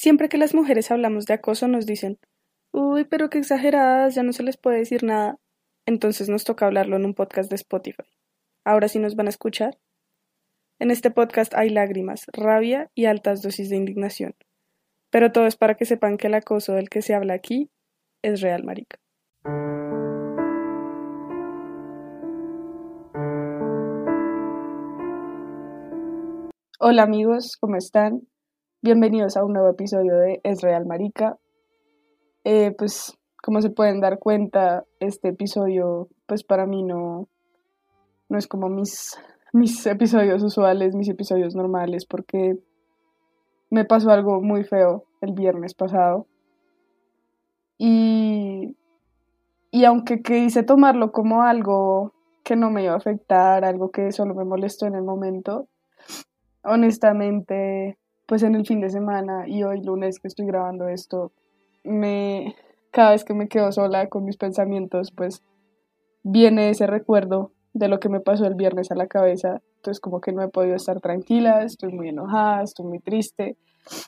Siempre que las mujeres hablamos de acoso nos dicen, uy, pero qué exageradas, ya no se les puede decir nada. Entonces nos toca hablarlo en un podcast de Spotify. Ahora sí nos van a escuchar. En este podcast hay lágrimas, rabia y altas dosis de indignación. Pero todo es para que sepan que el acoso del que se habla aquí es real, marica. Hola amigos, ¿cómo están? Bienvenidos a un nuevo episodio de Es Real, marica. Pues como se pueden dar cuenta, este episodio pues para mí no es como mis episodios usuales, mis episodios normales, porque me pasó algo muy feo el viernes pasado. Y, y aunque quise tomarlo como algo que no me iba a afectar, algo que solo me molestó en el momento, honestamente, pues en el fin de semana y hoy lunes que estoy grabando esto, cada vez que me quedo sola con mis pensamientos, pues viene ese recuerdo de lo que me pasó el viernes a la cabeza. Entonces como que no he podido estar tranquila, estoy muy enojada, estoy muy triste.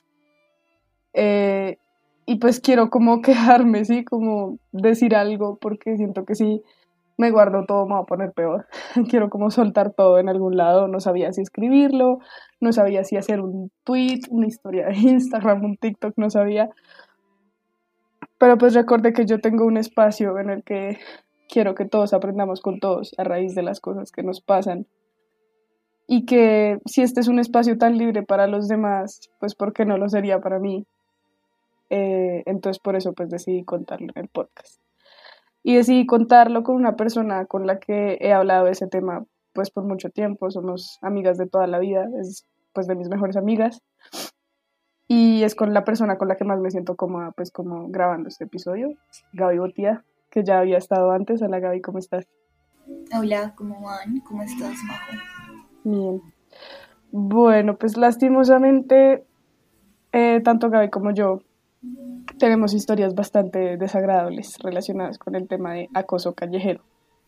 Eh, y pues quiero como quejarme, ¿sí? Como decir algo, porque siento que si me guardo todo me va a poner peor. Quiero como soltar todo en algún lado, no sabía si escribirlo, no sabía si hacer un tweet, una historia de Instagram, un TikTok, no sabía. Pero pues recordé que yo tengo un espacio en el que quiero que todos aprendamos con todos a raíz de las cosas que nos pasan. Y que si este es un espacio tan libre para los demás, pues ¿por qué no lo sería para mí? Entonces por eso pues decidí contarlo en el podcast. Y decidí contarlo con una persona con la que he hablado de ese tema pues por mucho tiempo, somos amigas de toda la vida, es pues de mis mejores amigas. Y es con la persona con la que más me siento cómoda pues como grabando este episodio, Gaby Botía, que ya había estado antes. Hola Gaby, ¿cómo estás? Hola, ¿cómo van? ¿Cómo estás, Majo? Bien. Bueno, pues lastimosamente, tanto Gaby como yo tenemos historias bastante desagradables relacionadas con el tema de acoso callejero.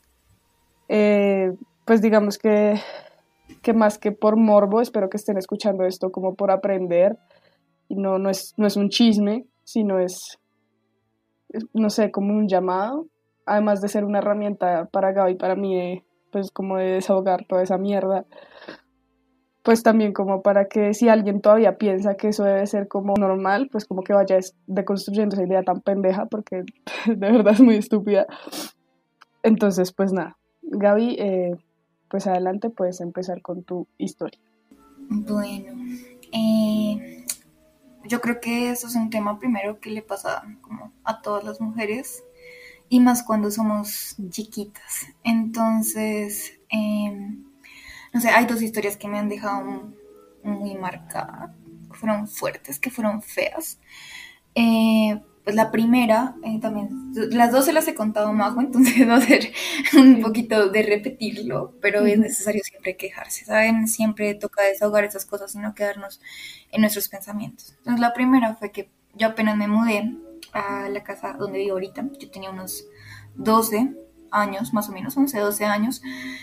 Pues digamos que más que por morbo, espero que estén escuchando esto como por aprender. Y no es un chisme, sino no sé, como un llamado. Además de ser una herramienta para Gaby y para mí, pues como de desahogar toda esa mierda, pues también como para que si alguien todavía piensa que eso debe ser como normal, pues como que vaya deconstruyendo esa idea tan pendeja, porque de verdad es muy estúpida. Entonces, pues nada, Gaby, pues adelante, puedes empezar con tu historia. Bueno, eh, yo creo que eso es un tema primero que le pasa como a todas las mujeres y más cuando somos chiquitas. Entonces, no sé, hay dos historias que me han dejado muy marcadas, que fueron fuertes, que fueron feas. Pues la primera, también, las dos se las he contado a Majo, entonces va a ser un Sí. poquito de repetirlo, pero es Ujú. necesario siempre quejarse, ¿saben? Siempre toca desahogar esas cosas y no quedarnos en nuestros pensamientos. Entonces la primera fue que yo apenas me mudé a la casa donde vivo ahorita, yo tenía unos 12 años, más o menos, 11, 12 años,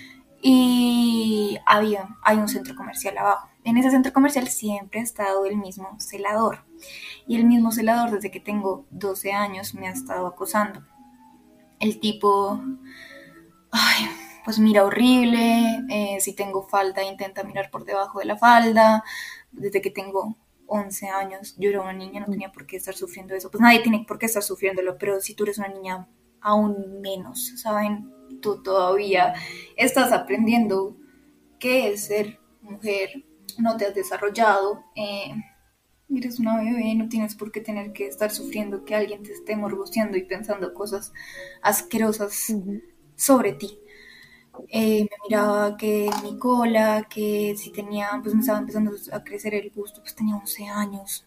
y hay un centro comercial abajo. En ese centro comercial siempre ha estado el mismo celador. Y el mismo celador, desde que tengo 12 años, me ha estado acosando. El tipo, ay, pues mira horrible, si tengo falda intenta mirar por debajo de la falda. Desde que tengo 11 años, yo era una niña, no tenía por qué estar sufriendo eso. Pues nadie tiene por qué estar sufriéndolo, pero si tú eres una niña, aún menos, ¿saben? Tú todavía estás aprendiendo qué es ser mujer, no te has desarrollado, eres una bebé, no tienes por qué tener que estar sufriendo que alguien te esté morboseando y pensando cosas asquerosas Ujú. sobre ti. Me miraba que mi cola, que si tenía, pues me estaba empezando a crecer el gusto, pues tenía 11 años.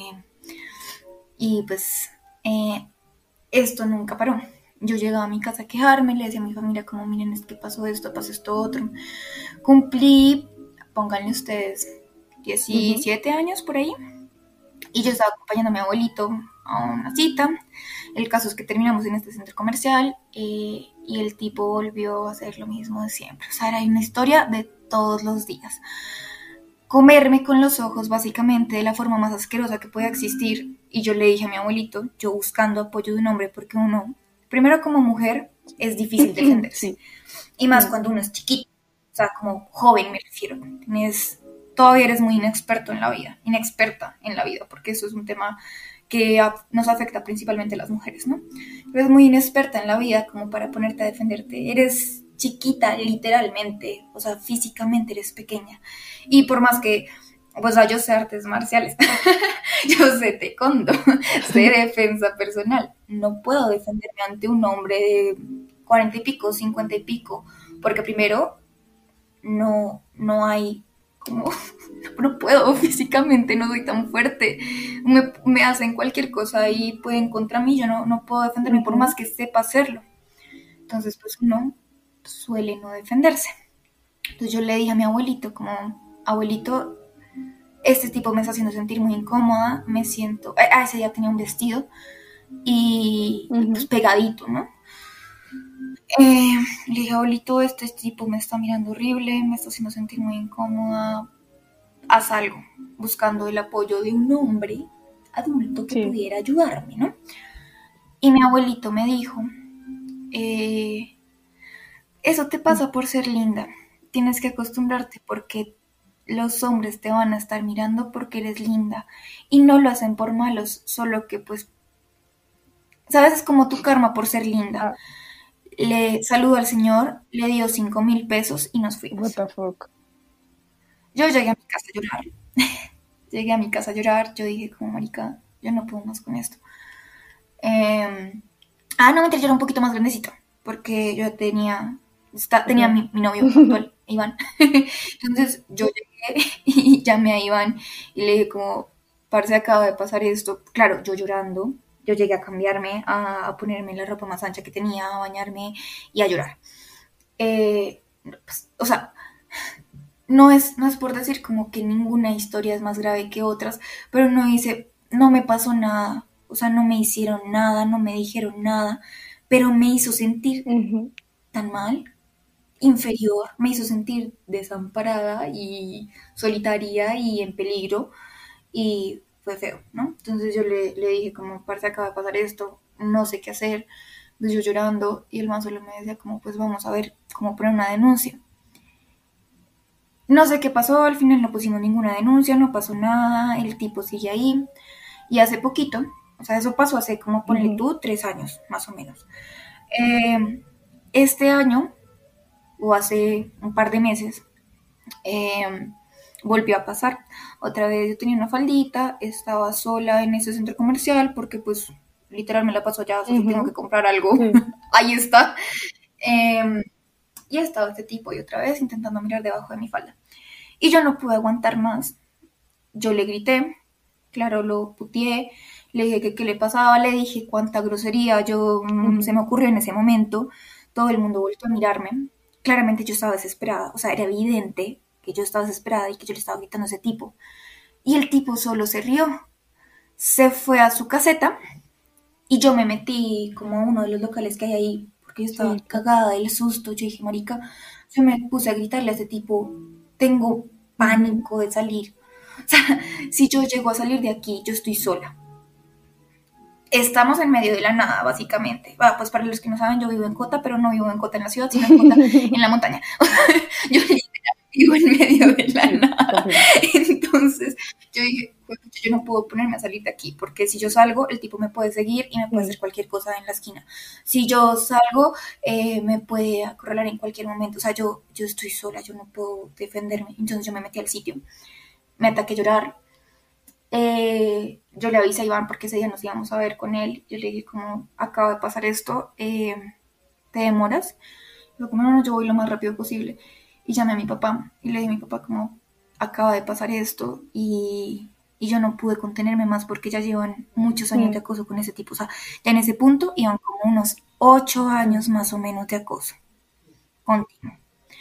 Y pues esto nunca paró. Yo llegaba a mi casa a quejarme, le decía a mi familia como, miren, es que pasó esto otro. Cumplí, pónganle ustedes, Ujú. 17 años por ahí. Y yo estaba acompañando a mi abuelito a una cita. El caso es que terminamos en este centro comercial, y el tipo volvió a hacer lo mismo de siempre. O sea, era una historia de todos los días. comerme con los ojos, básicamente, de la forma más asquerosa que pueda existir. Y yo le dije a mi abuelito, yo buscando apoyo de un hombre, porque uno, primero como mujer, es difícil defenderse. Sí. Y más cuando uno es chiquito, o sea, como joven me refiero. Todavía eres muy inexperto en la vida, inexperta en la vida, porque eso es un tema que nos afecta principalmente a las mujeres, ¿no? Eres muy inexperta en la vida como para ponerte a defenderte. Eres chiquita, literalmente, o sea, físicamente eres pequeña. Y por más que, pues, yo sé artes marciales, yo sé taekwondo, sé defensa personal, no puedo defenderme ante un hombre de 40 y pico, 50 y pico, porque primero no hay como, no puedo físicamente, no soy tan fuerte, me hacen cualquier cosa y pueden contra mí, yo no puedo defenderme por más que sepa hacerlo. Entonces, pues uno suele no defenderse. Entonces yo le dije a mi abuelito, como, abuelito, este tipo me está haciendo sentir muy incómoda, me siento, ese día tenía un vestido y pues pegadito, ¿no? Le dije, abuelito, este tipo me está mirando horrible, me está haciendo sentir muy incómoda, haz algo, buscando el apoyo de un hombre adulto que pudiera ayudarme, ¿no? Y mi abuelito me dijo, eso te pasa por ser linda, tienes que acostumbrarte porque los hombres te van a estar mirando porque eres linda y no lo hacen por malos, solo que pues, ¿sabes? Es como tu karma por ser linda. Le saludó al señor, le dio 5,000 pesos y nos fuimos. What the fuck. Yo llegué a mi casa a llorar. Llegué a mi casa a llorar, yo dije como, marica, yo no puedo más con esto. No, mentira, yo era un poquito más grandecito, porque yo tenía mi novio actual, Iván. Entonces yo llegué y llamé a Iván y le dije como, parce, acaba de pasar esto. Claro, yo llorando, yo llegué a cambiarme, a ponerme la ropa más ancha que tenía, a bañarme y a llorar. Pues, o sea, no es por decir como que ninguna historia es más grave que otras, pero no dice, no me pasó nada, o sea, no me hicieron nada, no me dijeron nada, pero me hizo sentir tan mal, inferior, me hizo sentir desamparada y solitaria y en peligro y fue feo, ¿no? Entonces yo le dije como, parce, acaba de pasar esto, no sé qué hacer, entonces yo llorando y el man solo me decía como, pues vamos a ver cómo poner una denuncia. No sé qué pasó, al final no pusimos ninguna denuncia, no pasó nada, el tipo sigue ahí. Y hace poquito, o sea, eso pasó hace como, ponle tú, 3 años, más o menos. Este año, o hace un par de meses, volvió a pasar. Otra vez yo tenía una faldita, estaba sola en ese centro comercial, porque pues literal me la paso allá, o sea, si tengo que comprar algo, ahí está. Y estaba este tipo y otra vez intentando mirar debajo de mi falda. Y yo no pude aguantar más. Yo le grité, claro, lo puteé, le dije que qué le pasaba, le dije cuánta grosería se me ocurrió en ese momento. Todo el mundo volvió a mirarme. Claramente yo estaba desesperada, o sea, era evidente que yo estaba desesperada y que yo le estaba gritando a ese tipo. Y el tipo solo se rió. Se fue a su caseta y yo me metí como a uno de los locales que hay ahí, porque yo estaba cagada del susto. Yo dije, marica, yo me puse a gritarle a ese tipo, tengo pánico de salir. O sea, si yo llego a salir de aquí, yo estoy sola. Estamos en medio de la nada, básicamente. Pues para los que no saben, yo vivo en Cota, pero no vivo en Cota en la ciudad, sino en Cota en la montaña. Yo vivo en medio de la nada. Entonces, yo dije, yo no puedo ponerme a salir de aquí, porque si yo salgo, el tipo me puede seguir y me puede hacer cualquier cosa en la esquina. Si yo salgo, me puede acorralar en cualquier momento. O sea, yo estoy sola, yo no puedo defenderme. Entonces yo me metí al sitio, me ataqué a llorar. Yo le avisé a Iván porque ese día nos íbamos a ver con él. Yo le dije como, acaba de pasar esto, ¿te demoras? Yo como, no, yo voy lo más rápido posible. Y llamé a mi papá y le dije a mi papá como, acaba de pasar esto y yo no pude contenerme más porque ya llevan muchos años de acoso con ese tipo. O sea, ya en ese punto iban como unos 8 años más o menos de acoso continuo.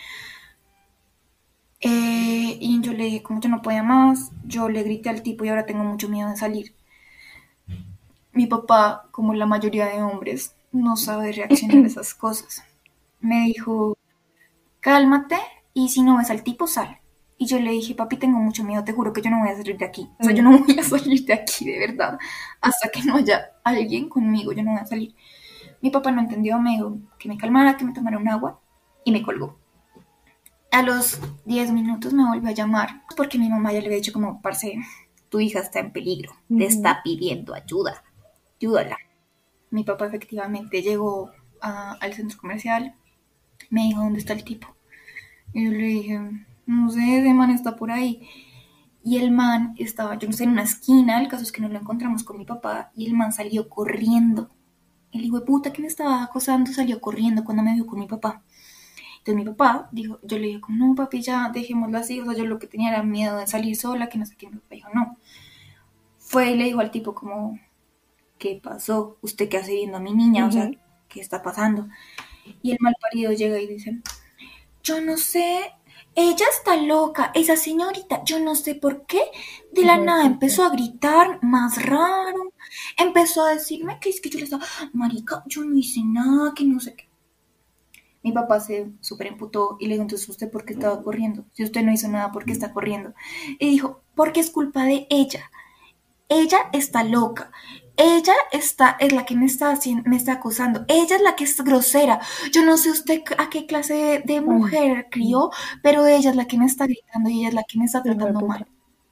Y yo le dije, como yo no podía más, yo le grité al tipo y ahora tengo mucho miedo de salir. Mi papá, como la mayoría de hombres, no sabe reaccionar a esas cosas. Me dijo, cálmate y si no ves al tipo, sal. Y yo le dije, papi, tengo mucho miedo, te juro que yo no voy a salir de aquí. O sea, yo no voy a salir de aquí, de verdad. Hasta que no haya alguien conmigo, yo no voy a salir. Mi papá no entendió, me dijo que me calmara, que me tomara un agua y me colgó. A los 10 minutos me volvió a llamar porque mi mamá ya le había dicho como, parce, tu hija está en peligro, te está pidiendo ayuda, ayúdala. Mi papá efectivamente llegó al centro comercial, me dijo, ¿dónde está el tipo? Y yo le dije, no sé, ese man está por ahí. Y el man estaba, yo no sé, en una esquina, el caso es que nos lo encontramos con mi papá y el man salió corriendo. El hijo de puta que me estaba acosando salió corriendo cuando me vio con mi papá. Entonces mi papá dijo, yo le dije como, no papi, ya dejémoslo así, o sea, yo lo que tenía era miedo de salir sola, que no sé qué, mi papá dijo, no. Fue y le dijo al tipo como, ¿qué pasó? ¿Usted qué hace viendo a mi niña? O sea, ¿qué está pasando? Y el malparido llega y dice, yo no sé, ella está loca, esa señorita, yo no sé por qué, de la nada empezó a gritar más raro, empezó a decirme que es que yo le estaba, marica, yo no hice nada, que no sé qué. Mi papá se súper emputó y le dijo, entonces, ¿usted por qué estaba corriendo? Si usted no hizo nada, ¿por qué está corriendo? Y dijo, porque es culpa de ella. Ella está loca. Es la que me está acosando. Ella es la que es grosera. Yo no sé usted a qué clase de mujer crió, pero ella es la que me está gritando y ella es la que me está tratando mal.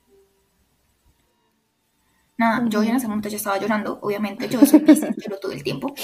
Nada, yo en ese momento ya estaba llorando, obviamente, yo soy Piscis, lloro todo el tiempo.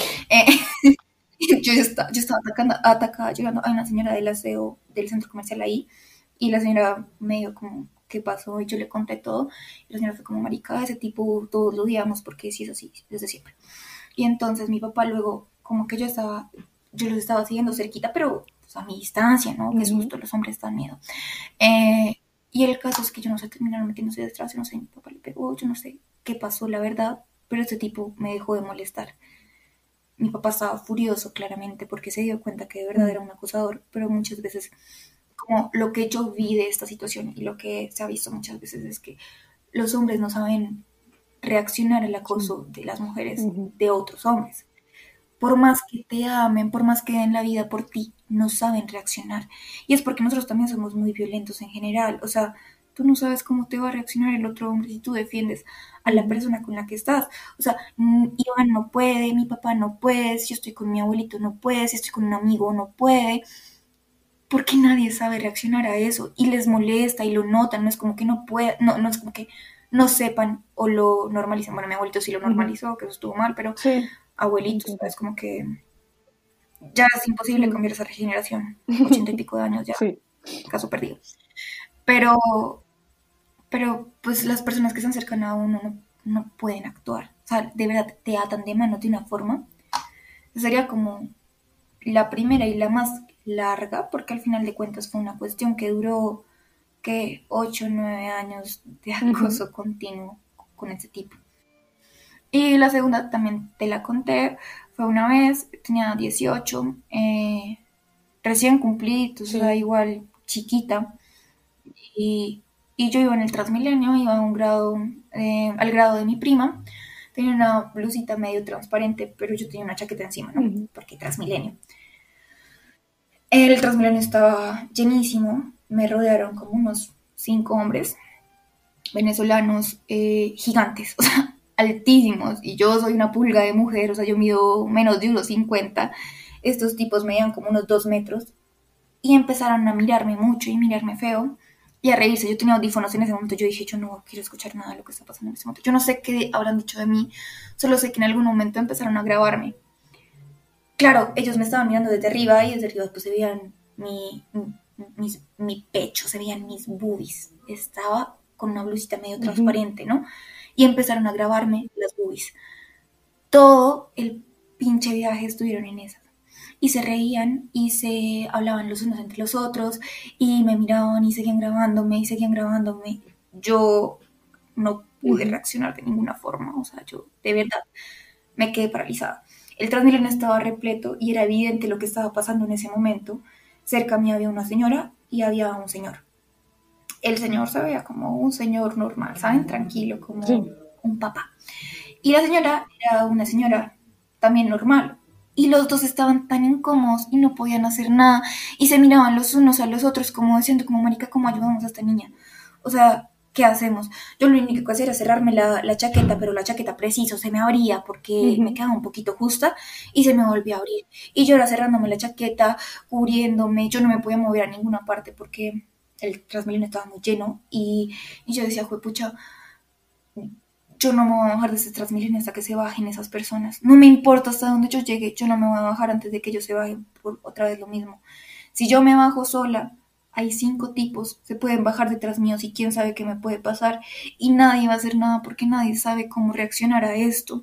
Yo estaba atacada, llegando a una señora del aseo del centro comercial ahí, y la señora me dijo como, ¿qué pasó? Y yo le conté todo, y la señora fue como, marica, ese tipo todos lo odiamos porque sí es así, desde siempre. Y entonces mi papá luego, como que yo los estaba siguiendo cerquita, pero pues, a mi distancia, ¿no? Qué susto, los hombres dan miedo. Eh, y el caso es que yo no sé, terminaron metiéndose detrás, yo no sé, mi papá le pegó, yo no sé qué pasó, la verdad, pero este tipo me dejó de molestar. Mi papá estaba furioso claramente porque se dio cuenta que de verdad era un acosador, pero muchas veces, como lo que yo vi de esta situación y lo que se ha visto muchas veces es que los hombres no saben reaccionar al acoso de las mujeres de otros hombres. Por más que te amen, por más que den la vida por ti, no saben reaccionar. Y es porque nosotros también somos muy violentos en general. O sea, tú no sabes cómo te va a reaccionar el otro hombre si tú defiendes a la persona con la que estás. O sea, Iván no puede, mi papá no puede, si yo estoy con mi abuelito no puede, si estoy con un amigo no puede, porque nadie sabe reaccionar a eso y les molesta y lo notan. No es como que no pueda, no es como que no sepan o lo normalicen. Bueno, mi abuelito sí lo normalizó, que eso estuvo mal, pero abuelitos, es como que ya es imposible cambiar esa regeneración. 80 y pico de años ya, caso perdido. Pero pues las personas que se acercan a uno no pueden actuar. O sea, de verdad te atan de mano de una forma. Sería como la primera y la más larga, porque al final de cuentas fue una cuestión que duró, que 8 o 9 años de acoso continuo con ese tipo. Y la segunda también te la conté, fue una vez, tenía 18, recién cumplí, o sea, igual chiquita, y yo iba en el Transmilenio, iba a un grado, al grado de mi prima, tenía una blusita medio transparente, pero yo tenía una chaqueta encima, ¿no? Porque Transmilenio. El Transmilenio estaba llenísimo, me rodearon como unos 5 hombres venezolanos gigantes, o sea, altísimos, y yo soy una pulga de mujer, o sea, yo mido menos de 1,50, estos tipos medían como unos 2 metros, y empezaron a mirarme mucho y mirarme feo, y a reírse. Yo tenía audífonos en ese momento, yo dije, yo no quiero escuchar nada de lo que está pasando en ese momento, yo no sé qué habrán dicho de mí, solo sé que en algún momento empezaron a grabarme. Claro, ellos me estaban mirando desde arriba, y desde arriba pues se veían mi pecho, se veían mis boobies, estaba con una blusita medio transparente, ¿no? Y empezaron a grabarme las boobies. Todo el pinche viaje estuvieron en esas. Y se reían y se hablaban los unos entre los otros y me miraban y seguían grabándome y seguían grabándome. Yo no pude reaccionar de ninguna forma, o sea, yo de verdad me quedé paralizada. El Transmilenio estaba repleto y era evidente lo que estaba pasando en ese momento. Cerca a mí había una señora y había un señor. El señor se veía como un señor normal, ¿saben? Tranquilo, como un papá. Y la señora era una señora también normal. y los dos estaban tan incómodos y no podían hacer nada y se miraban los unos a los otros como diciendo como marica, ¿cómo ayudamos a esta niña? O sea, ¿qué hacemos? Yo lo único que hacía era cerrarme la chaqueta, pero la chaqueta preciso se me abría porque me Ujú. quedaba un poquito justa y se me volvía a abrir. Y yo era cerrándome la chaqueta, cubriéndome, yo no me podía mover a ninguna parte porque el Transmilenio estaba muy lleno y yo decía, juepucha, yo no me voy a bajar de ese Transmilenio hasta que se bajen esas personas. No me importa hasta dónde yo llegue, yo no me voy a bajar antes de que ellos se bajen por otra vez lo mismo. Si yo me bajo sola, hay 5 tipos, se pueden bajar detrás mío y quién sabe qué me puede pasar y nadie va a hacer nada porque nadie sabe cómo reaccionar a esto.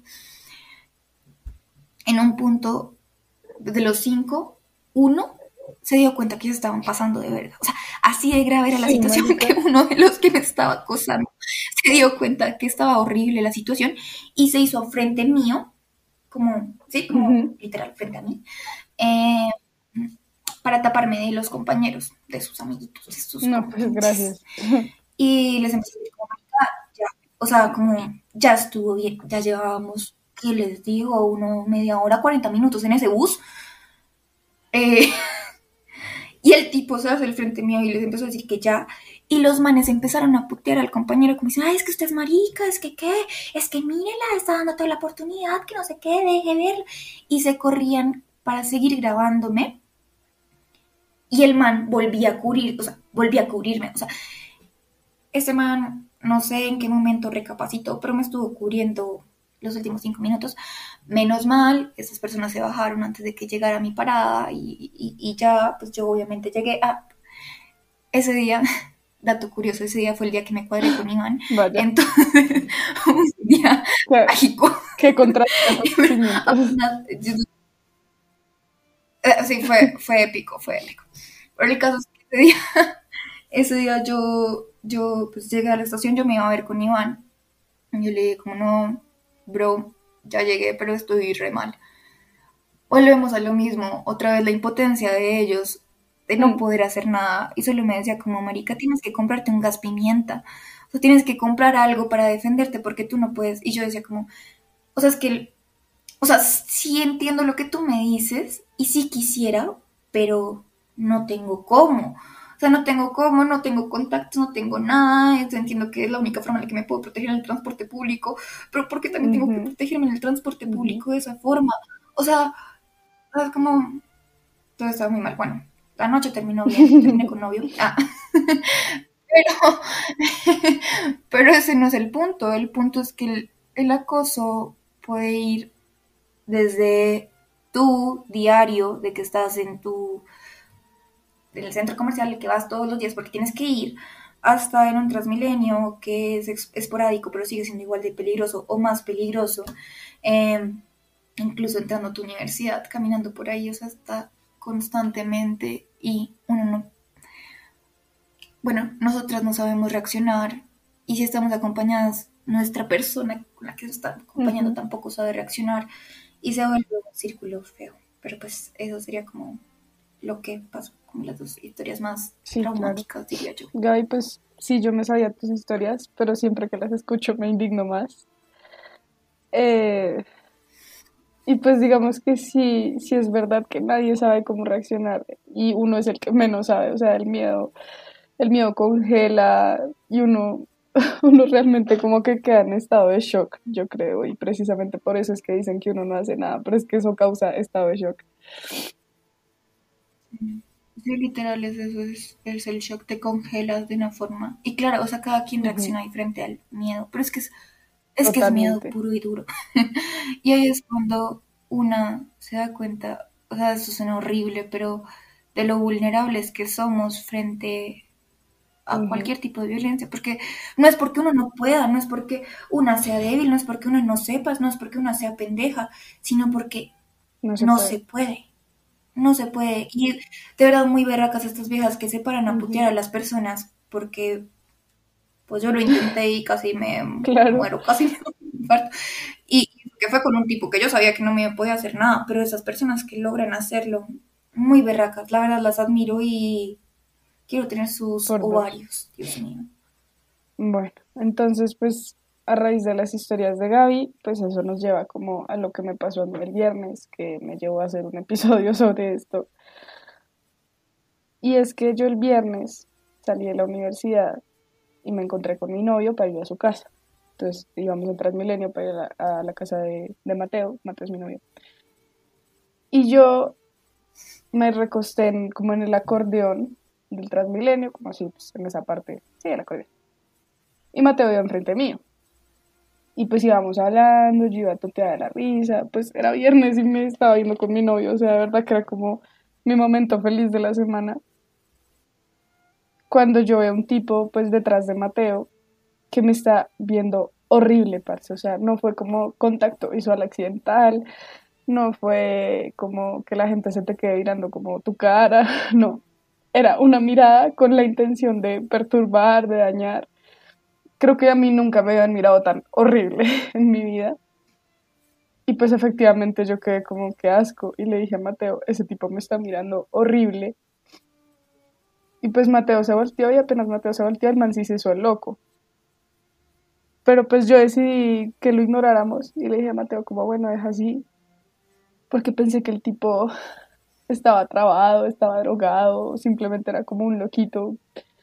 En un punto de los 5, uno se dio cuenta que se estaban pasando de verga. O sea, así de grave era la Sí, situación marica. que uno de los que me estaba acosando se dio cuenta que estaba horrible la situación y se hizo frente mío, como, sí, como Ujú. literal frente a mí, eh, para taparme de los compañeros, de sus amiguitos, de sus No, pues compinches. gracias. Y les empecé a decir como, ya, o sea, como, ya estuvo bien, ya llevábamos, ¿qué les digo? Media hora, 40 minutos en ese bus. Eh, y el tipo se hace el frente mío y les empezó a decir que ya. Y los manes empezaron a putear al compañero como dicen, ay, es que usted es marica, es que qué, es que mírela, está dando toda la oportunidad, que no sé qué, deje ver. Y se corrían para seguir grabándome. Y el man volvía a cubrir, o sea, volvía a cubrirme. O sea, este man, no sé en qué momento recapacitó, pero me estuvo cubriendo los últimos 5 minutos. Menos mal, estas personas se bajaron antes de que llegara mi parada y ya, pues yo obviamente llegué a ese día. Dato curioso, ese día fue el día que me cuadré con Iván. Vaya, Entonces, un día qué, mágico. qué contraste de acontecimientos. Apenas, sí, fue épico, fue épico. Pero el caso es que ese día yo pues llegué a la estación, yo me iba a ver con Iván. Y yo le dije como, no, bro, ya llegué, pero estoy re mal. Volvemos a lo mismo, otra vez la impotencia de ellos, de no Mm. poder hacer nada. Y solo me decía como, marica, tienes que comprarte un gas pimienta. O sea, tienes que comprar algo para defenderte porque tú no puedes. Y yo decía como, o sea, es que, o sea, sí entiendo lo que tú me dices y sí quisiera, pero no tengo cómo. O sea, no tengo cómo, no tengo contactos, no tengo nada. Entiendo que es la única forma en la que me puedo proteger en el transporte público, pero ¿por qué también tengo que Ujú, protegerme en el transporte ujú. público de esa forma? O sea, es como, todo estaba muy mal. Bueno, la noche terminó bien, terminé con novio. Ah, pero, pero ese no es el punto. El punto es que el acoso puede ir desde tu diario, de que estás en el centro comercial, que vas todos los días porque tienes que ir, hasta en un Transmilenio que es esporádico, pero sigue siendo igual de peligroso o más peligroso. Eh, Incluso entrando a tu universidad, caminando por ahí, o sea, está constantemente y uno no, bueno, nosotras no sabemos reaccionar y si estamos acompañadas, nuestra persona con la que nos está acompañando Ujú. tampoco sabe reaccionar y se vuelve un círculo feo. Pero pues eso sería como lo que pasó con las dos historias más Sí, claro. traumáticas, diría yo. Gaby, pues sí, yo me sabía tus historias, pero siempre que las escucho me indigno más. Eh, y pues digamos que sí, sí es verdad que nadie sabe cómo reaccionar y uno es el que menos sabe, o sea, el miedo congela y uno, uno realmente como que queda en estado de shock, yo creo, y precisamente por eso es que dicen que uno no hace nada, pero es que eso causa estado de shock. Sí, literal, es eso, es el shock, te congelas de una forma. Y claro, o sea, cada quien Ujú. reacciona diferente al miedo, pero es que es miedo Totalmente. puro y duro. Y ahí es cuando una se da cuenta, o sea, eso suena horrible, pero de lo vulnerables que somos frente a Ujú. cualquier tipo de violencia, porque no es porque uno no pueda, no es porque una sea débil, no es porque uno no sepa, no es porque una sea pendeja, sino porque No se no se puede. puede. No se puede. Y de verdad muy berracas estas viejas que se paran a putear Ujú. a las personas porque pues yo lo intenté y casi me Claro, muero, casi me infarto. Y que fue con un tipo que yo sabía que no me podía hacer nada, pero esas personas que logran hacerlo, muy berracas, la verdad las admiro y quiero tener sus por dos. ovarios, Dios mío. Bueno, entonces pues a raíz de las historias de Gaby, pues eso nos lleva como a lo que me pasó a mí el viernes, que me llevó a hacer un episodio sobre esto. Y es que yo el viernes salí de la universidad y me encontré con mi novio para ir a su casa. Entonces íbamos en Transmilenio para ir a la casa de Mateo. Mateo es mi novio. Y yo me recosté como en el acordeón del Transmilenio, como así, pues, en esa parte, sí, el acordeón. Y Mateo iba enfrente mío. Y pues íbamos hablando, yo iba toteada de la risa, pues era viernes y me estaba yendo con mi novio, o sea, de verdad que era como mi momento feliz de la semana. Cuando yo veo un tipo, pues detrás de Mateo, que me está viendo horrible, parce, o sea, no fue como contacto visual accidental, no fue como que la gente se te quede mirando como tu cara, no, era una mirada con la intención de perturbar, de dañar. Creo que a mí nunca me habían mirado tan horrible en mi vida. Y pues efectivamente yo quedé como que asco y le dije a Mateo, ese tipo me está mirando horrible. Y pues Mateo se volteó y apenas Mateo se volteó, el man sí se hizo el loco. Pero pues yo decidí que lo ignoráramos y le dije a Mateo como, bueno, deja así, porque pensé que el tipo estaba trabado, estaba drogado, simplemente era como un loquito.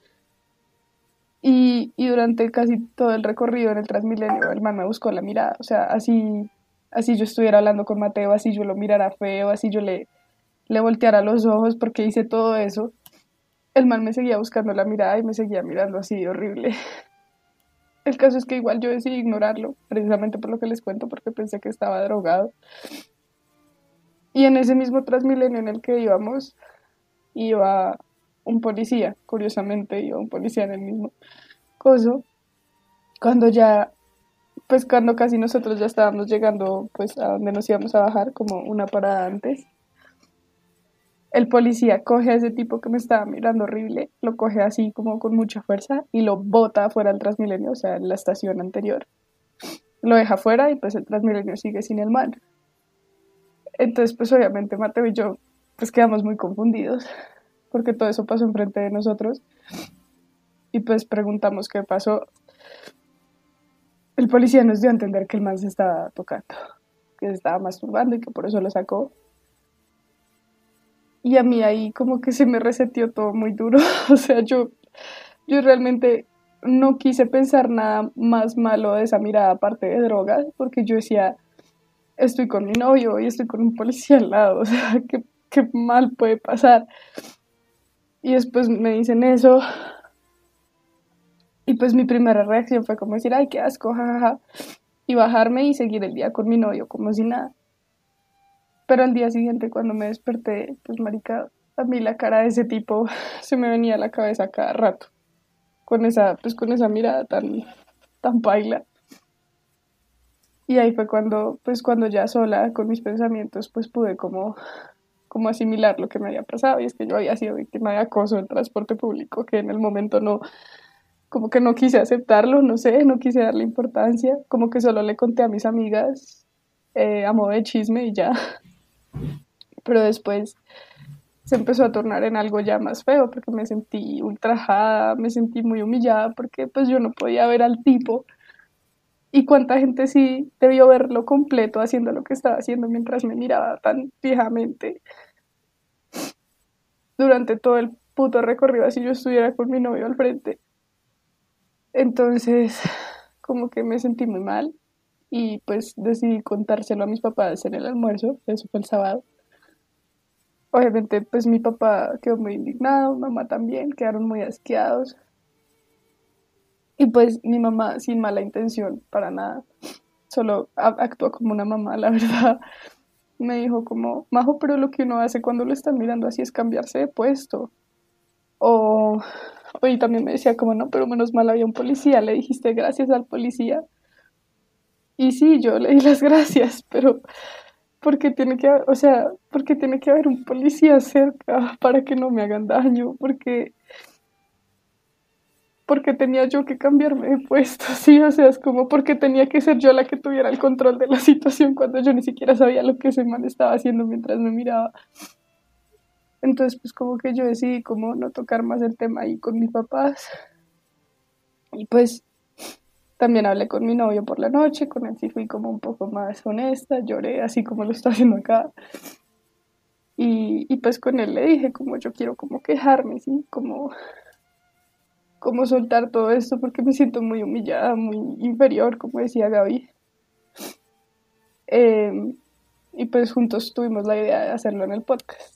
Y durante casi todo el recorrido en el Transmilenio, el man me buscó la mirada, o sea, así yo estuviera hablando con Mateo, así yo lo mirara feo, así yo le volteara los ojos porque hice todo eso. El man me seguía buscando la mirada y me seguía mirando así horrible. El caso es que igual yo decidí ignorarlo, precisamente por lo que les cuento, porque pensé que estaba drogado. Y en ese mismo Transmilenio en el que íbamos, iba un policía, curiosamente iba un policía en el mismo coso, cuando ya, pues cuando casi nosotros ya estábamos llegando pues a donde nos íbamos a bajar, como una parada antes, el policía coge a ese tipo que me estaba mirando horrible, lo coge así como con mucha fuerza y lo bota fuera del Transmilenio, o sea, en la estación anterior. Lo deja fuera y pues el Transmilenio sigue sin el man. Entonces pues obviamente Mateo y yo pues quedamos muy confundidos porque todo eso pasó enfrente de nosotros y pues preguntamos qué pasó. El policía nos dio a entender que el man se estaba tocando, que se estaba masturbando y que por eso lo sacó. Y a mí ahí como que se me reseteó todo muy duro. O sea, yo realmente no quise pensar nada más malo de esa mirada aparte de drogas, porque yo decía, estoy con mi novio y estoy con un policía al lado, o sea, qué mal puede pasar. Y después me dicen eso, y pues mi primera reacción fue como decir, ay, qué asco, jajaja, y bajarme y seguir el día con mi novio, como si nada. Pero al día siguiente, cuando me desperté, pues marica, a mí la cara de ese tipo se me venía a la cabeza cada rato, con esa mirada tan paila. Y ahí fue cuando ya sola con mis pensamientos, pues pude como asimilar lo que me había pasado. Y es que yo había sido víctima de acoso en transporte público, que en el momento no, como que no quise aceptarlo, no sé, no quise darle importancia, como que solo le conté a mis amigas a modo de chisme y ya. Pero después se empezó a tornar en algo ya más feo, porque me sentí ultrajada, me sentí muy humillada, porque pues yo no podía ver al tipo. Y cuánta gente sí debió verlo completo haciendo lo que estaba haciendo mientras me miraba tan fijamente durante todo el puto recorrido, así yo estuviera con mi novio al frente. Entonces, como que me sentí muy mal y pues decidí contárselo a mis papás en el almuerzo, eso fue el sábado. Obviamente, pues mi papá quedó muy indignado, mamá también, quedaron muy asqueados. Y pues mi mamá, sin mala intención, para nada, solo actuó como una mamá, la verdad. Me dijo como, Majo, pero lo que uno hace cuando lo están mirando así es cambiarse de puesto. O, y también me decía como, no, pero menos mal había un policía, le dijiste gracias al policía. Y sí, yo le di las gracias, pero ¿por qué tiene que haber, o sea, por qué tiene que haber un policía cerca para que no me hagan daño? Porque tenía yo que cambiarme de puesto, sí, o sea, es como porque tenía que ser yo la que tuviera el control de la situación cuando yo ni siquiera sabía lo que ese man estaba haciendo mientras me miraba. Entonces, pues como que yo decidí como no tocar más el tema ahí con mis papás. Y pues También hablé con mi novio por la noche, con él sí fui como un poco más honesta, lloré así como lo estoy haciendo acá. Y pues con él le dije como yo quiero como quejarme, ¿sí? Como soltar todo esto porque me siento muy humillada, muy inferior, como decía Gaby. Eh, y pues juntos tuvimos la idea de hacerlo en el podcast.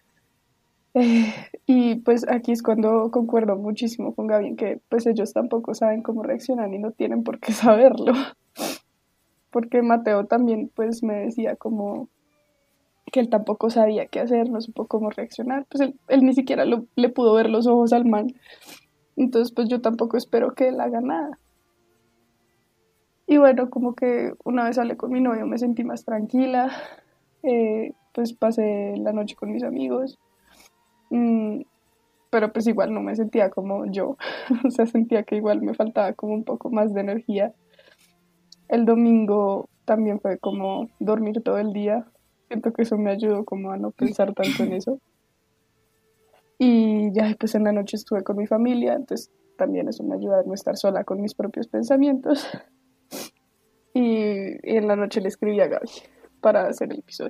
Y pues aquí es cuando concuerdo muchísimo con Gaby en que pues ellos tampoco saben cómo reaccionar y no tienen por qué saberlo. Porque Mateo también pues me decía como que él tampoco sabía qué hacer, no supo cómo reaccionar, pues él ni siquiera le pudo ver los ojos al man, entonces pues yo tampoco espero que él haga nada. Y bueno, como que una vez hablé con mi novio me sentí más tranquila, pues pasé la noche con mis amigos, mm, pero pues igual no me sentía como yo, o sea, sentía que igual me faltaba como un poco más de energía. El domingo también fue como dormir todo el día, siento que eso me ayudó como a no pensar tanto en eso. Y ya pues en la noche estuve con mi familia, entonces también eso me ayuda a no estar sola con mis propios pensamientos. Y en la noche le escribí a Gaby para hacer el episodio.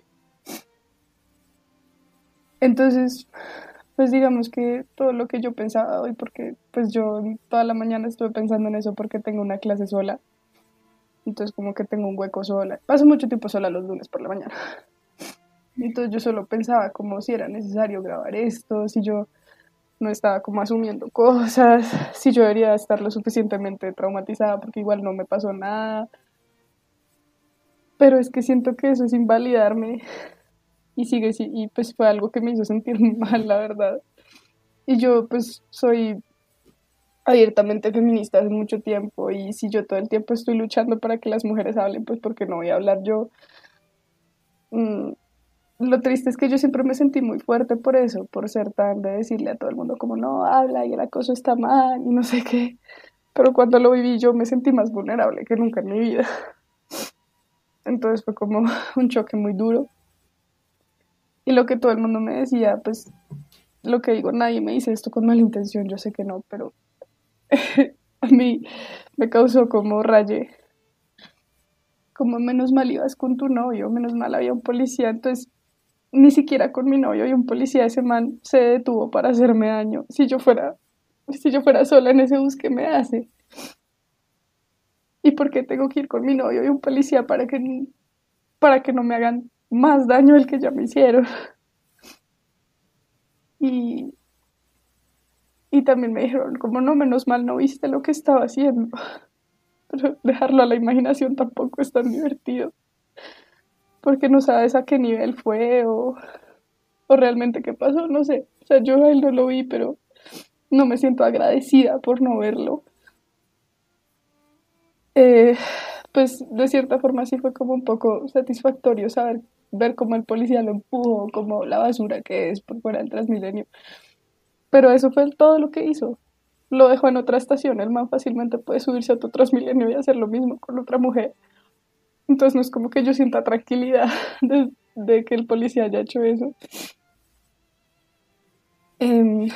Entonces, pues digamos que todo lo que yo pensaba hoy, porque pues yo toda la mañana estuve pensando en eso porque tengo una clase sola. Entonces como que tengo un hueco sola. Paso mucho tiempo sola los lunes por la mañana. Entonces yo solo pensaba como si era necesario grabar esto, si yo no estaba como asumiendo cosas, si yo debería estar lo suficientemente traumatizada porque igual no me pasó nada. Pero es que siento que eso es invalidarme y y pues fue algo que me hizo sentir mal, la verdad. Y yo pues soy abiertamente feminista hace mucho tiempo y si yo todo el tiempo estoy luchando para que las mujeres hablen, pues porque no voy a hablar yo. Mm, lo triste es que yo siempre me sentí muy fuerte por eso, por ser tan de decirle a todo el mundo como no habla y el acoso está mal y no sé qué. Pero cuando lo viví yo me sentí más vulnerable que nunca en mi vida. Entonces fue como un choque muy duro. Y lo que todo el mundo me decía, pues lo que digo, nadie me dice esto con mala intención, yo sé que no, pero a mí me causó como raye, como menos mal ibas con tu novio, menos mal había un policía, entonces ni siquiera con mi novio y un policía ese man se detuvo para hacerme daño. Si yo fuera sola en ese bus, ¿qué me hace? ¿Y por qué tengo que ir con mi novio y un policía para que no me hagan más daño del que ya me hicieron? Y, y también me dijeron, como no, menos mal no viste lo que estaba haciendo. Pero dejarlo a la imaginación tampoco es tan divertido, porque no sabes a qué nivel fue o realmente qué pasó, no sé. O sea, yo a él no lo vi, pero no me siento agradecida por no verlo. Eh, pues de cierta forma sí fue como un poco satisfactorio saber ver cómo el policía lo empujó, como la basura que es por fuera del Transmilenio. Pero eso fue todo lo que hizo. Lo dejó en otra estación, el man fácilmente puede subirse a otro Transmilenio y hacer lo mismo con otra mujer. Entonces no es como que yo sienta tranquilidad de que el policía haya hecho eso. Eh,